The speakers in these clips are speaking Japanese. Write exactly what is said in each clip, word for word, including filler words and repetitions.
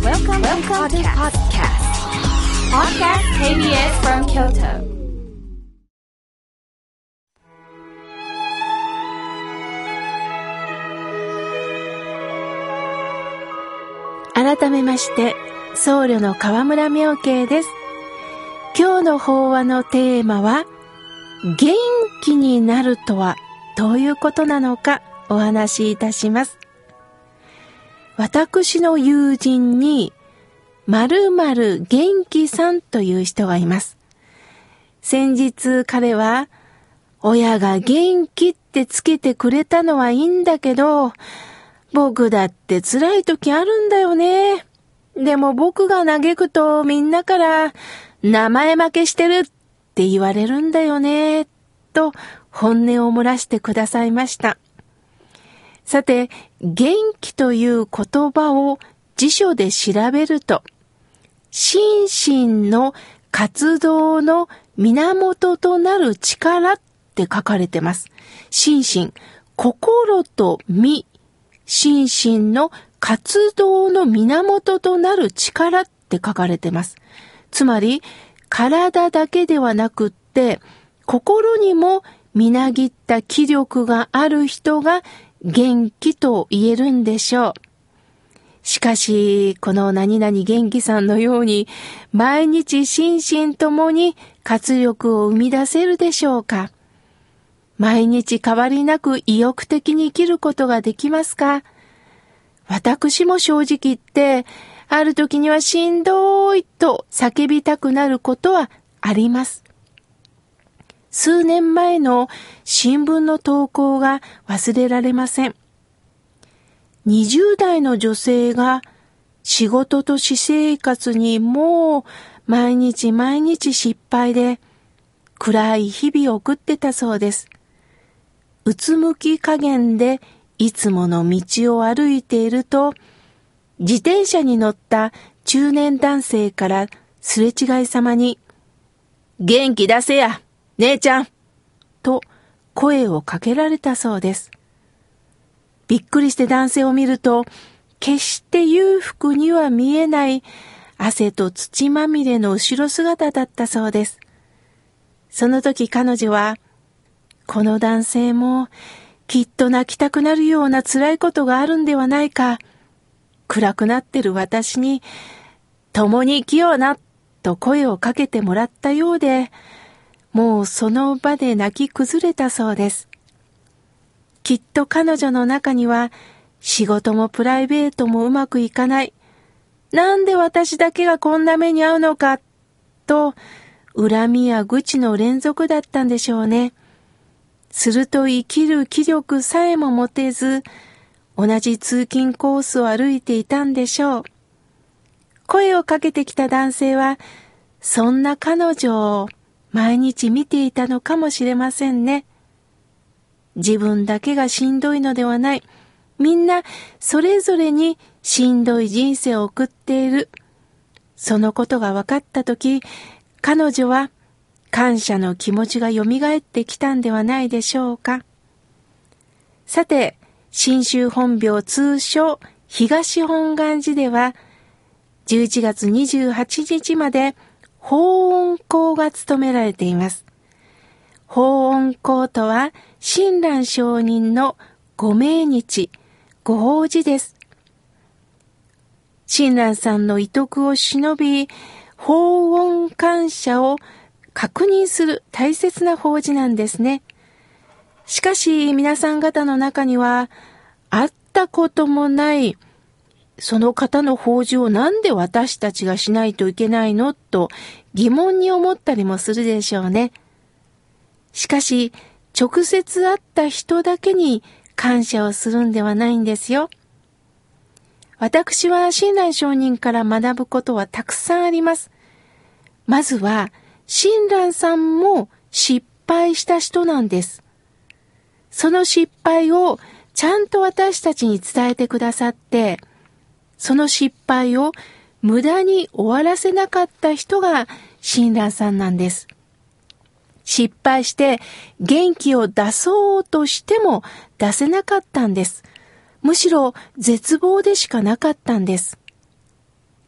Welcome, Welcome to podcast. Podcast ケービーエス from Kyoto. 改めまして僧侶の河村妙慶です。今日の法話のテーマは、元気になるとはどういうことなのかお話しいたします。私の友人に〇〇元気さんという人がいます。先日彼は、親が元気ってつけてくれたのはいいんだけど、僕だって辛い時あるんだよね。でも僕が嘆くとみんなから名前負けしてるって言われるんだよね、と本音を漏らしてくださいました。さて、元気という言葉を辞書で調べると、心身の活動の源となる力って書かれてます。心身、心と身、心身の活動の源となる力って書かれてます。つまり、体だけではなくって、心にもみなぎった気力がある人が元気と言えるんでしょう。しかし、この何々元気さんのように、毎日心身ともに活力を生み出せるでしょうか。毎日変わりなく意欲的に生きることができますか。私も正直言って、ある時にはしんどいと叫びたくなることはあります。数年前の新聞の投稿が忘れられません。にじゅう代の女性が仕事と私生活にもう毎日毎日失敗で暗い日々を送ってたそうです。うつむき加減でいつもの道を歩いていると、自転車に乗った中年男性からすれ違いざまに、元気出せや姉ちゃんと声をかけられたそうです。びっくりして男性を見ると、決して裕福には見えない汗と土まみれの後ろ姿だったそうです。その時彼女は、この男性もきっと泣きたくなるような辛いことがあるんではないか。暗くなってる私に、共に生きようなと声をかけてもらったようで、もうその場で泣き崩れたそうです。きっと彼女の中には仕事もプライベートもうまくいかない。なんで私だけがこんな目に遭うのかと恨みや愚痴の連続だったんでしょうね。すると生きる気力さえも持てず、同じ通勤コースを歩いていたんでしょう。声をかけてきた男性は、そんな彼女を毎日見ていたのかもしれませんね。自分だけがしんどいのではない。みんなそれぞれにしんどい人生を送っている。そのことが分かったとき、彼女は感謝の気持ちがよみがえってきたんではないでしょうか。さて、信州本廟通称東本願寺では、じゅういちがつにじゅうはちにちまで法恩講が務められています。法恩講とは、親鸞上人のご命日、ご法事です。親鸞さんの遺徳を忍び、法恩感謝を確認する大切な法事なんですね。しかし皆さん方の中には、会ったこともないその方の法事をなんで私たちがしないといけないのと疑問に思ったりもするでしょうね。しかし直接会った人だけに感謝をするんではないんですよ。私は親鸞上人から学ぶことはたくさんあります。まずは親鸞さんも失敗した人なんです。その失敗をちゃんと私たちに伝えてくださって、その失敗を無駄に終わらせなかった人が親鸞さんなんです。失敗して元気を出そうとしても出せなかったんです。むしろ絶望でしかなかったんです。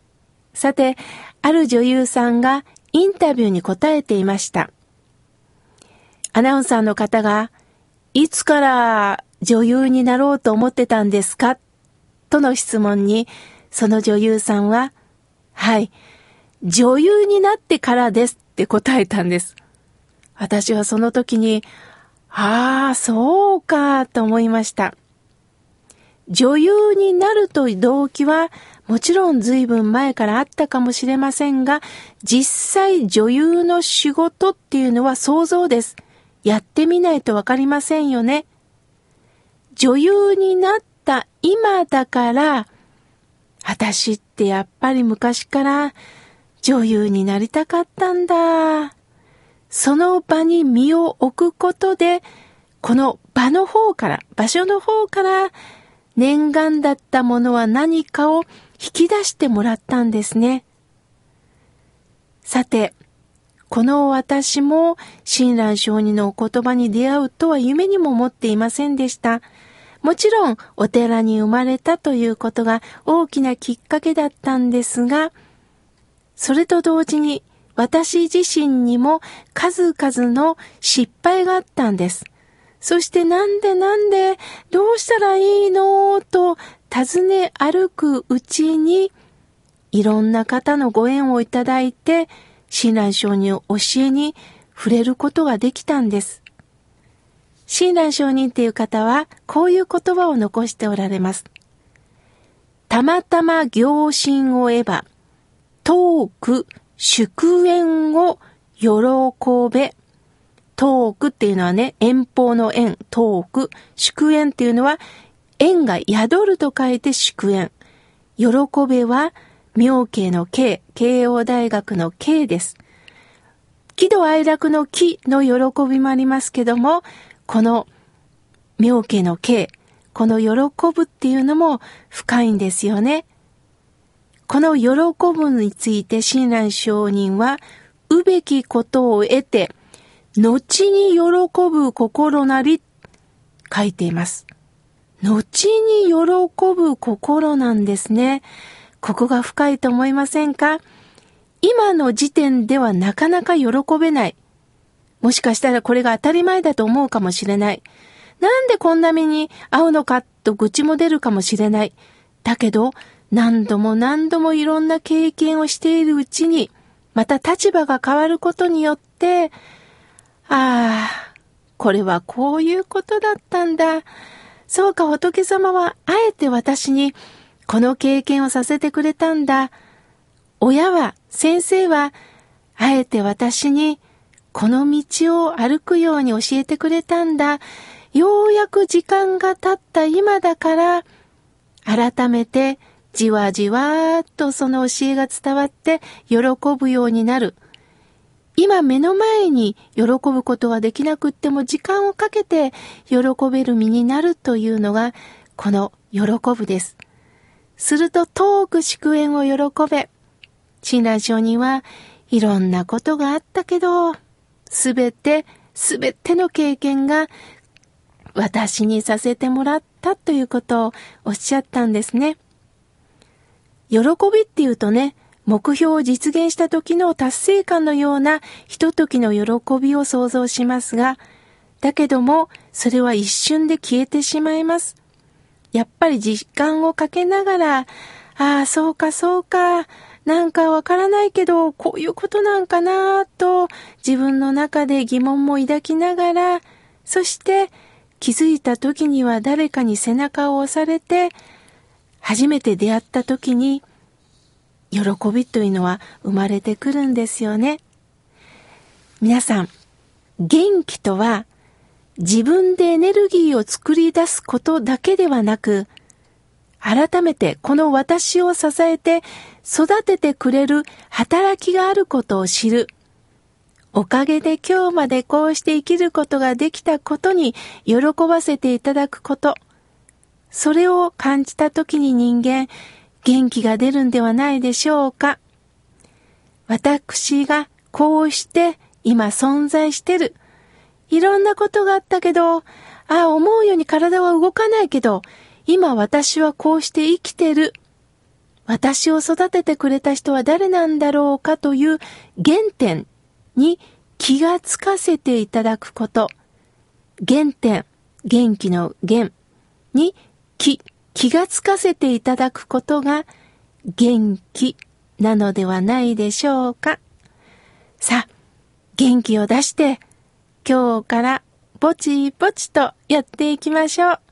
さて、ある女優さんがインタビューに答えていました。アナウンサーの方が、いつから女優になろうと思ってたんですかとの質問に、その女優さんは、はい、女優になってからですって答えたんです。私はその時に、ああ、そうかと思いました。女優になるという動機はもちろん随分前からあったかもしれませんが、実際女優の仕事っていうのは想像です。やってみないとわかりませんよね。女優になった今だから、私ってやっぱり昔から女優になりたかったんだ。その場に身を置くことで、この場の方から、場所の方から念願だったものは何かを引き出してもらったんですね。さて、この私も親鸞上人のお言葉に出会うとは夢にも思っていませんでした。もちろんお寺に生まれたということが大きなきっかけだったんですが、それと同時に私自身にも数々の失敗があったんです。そしてなんでなんでどうしたらいいのと尋ね歩くうちに、いろんな方のご縁をいただいて親鸞上人の教えに触れることができたんです。親鸞上人っていう方はこういう言葉を残しておられます。たまたま行信を得ば遠く祝縁を喜べ。遠くっていうのはね、遠方の縁、遠く。祝縁っていうのは、縁が宿ると書いて祝縁。喜べは、妙慶の慶、慶応大学の慶です。喜怒哀楽の喜の喜びもありますけども、この妙慶の慶、この喜ぶっていうのも深いんですよね。この喜ぶについて親鸞上人は、うべきことを得て、後に喜ぶ心なり、書いています。後に喜ぶ心なんですね。ここが深いと思いませんか？今の時点ではなかなか喜べない。もしかしたらこれが当たり前だと思うかもしれない。なんでこんな目に遭うのかと愚痴も出るかもしれない。だけど、何度も何度もいろんな経験をしているうちに、また立場が変わることによって、ああ、これはこういうことだったんだ。そうか、仏様はあえて私にこの経験をさせてくれたんだ。親は、先生は、あえて私にこの道を歩くように教えてくれたんだ。ようやく時間が経った今だから、改めてじわじわーっとその教えが伝わって喜ぶようになる。今目の前に喜ぶことはできなくっても時間をかけて喜べる身になるというのがこの喜ぶです。すると遠く祝縁を喜べ。親鸞上人はいろんなことがあったけど、すべてすべての経験が私にさせてもらったということをおっしゃったんですね。喜びっていうとね、目標を実現した時の達成感のようなひとときの喜びを想像しますが、だけどもそれは一瞬で消えてしまいます。やっぱり時間をかけながら、ああそうかそうか、なんかわからないけどこういうことなんかなと自分の中で疑問も抱きながら、そして気づいた時には誰かに背中を押されて、初めて出会った時に喜びというのは生まれてくるんですよね。皆さん、元気とは自分でエネルギーを作り出すことだけではなく、改めてこの私を支えて育ててくれる働きがあることを知る。おかげで今日までこうして生きることができたことに喜ばせていただくこと。それを感じたときに人間、元気が出るんではないでしょうか。私がこうして今存在してる。いろんなことがあったけど、ああ思うように体は動かないけど、今私はこうして生きてる。 私を育ててくれた人は誰なんだろうかという原点に気がつかせていただくこと。原点、元気の元に気、気がつかせていただくことが元気なのではないでしょうか。さあ、元気を出して今日からぼちぼちとやっていきましょう。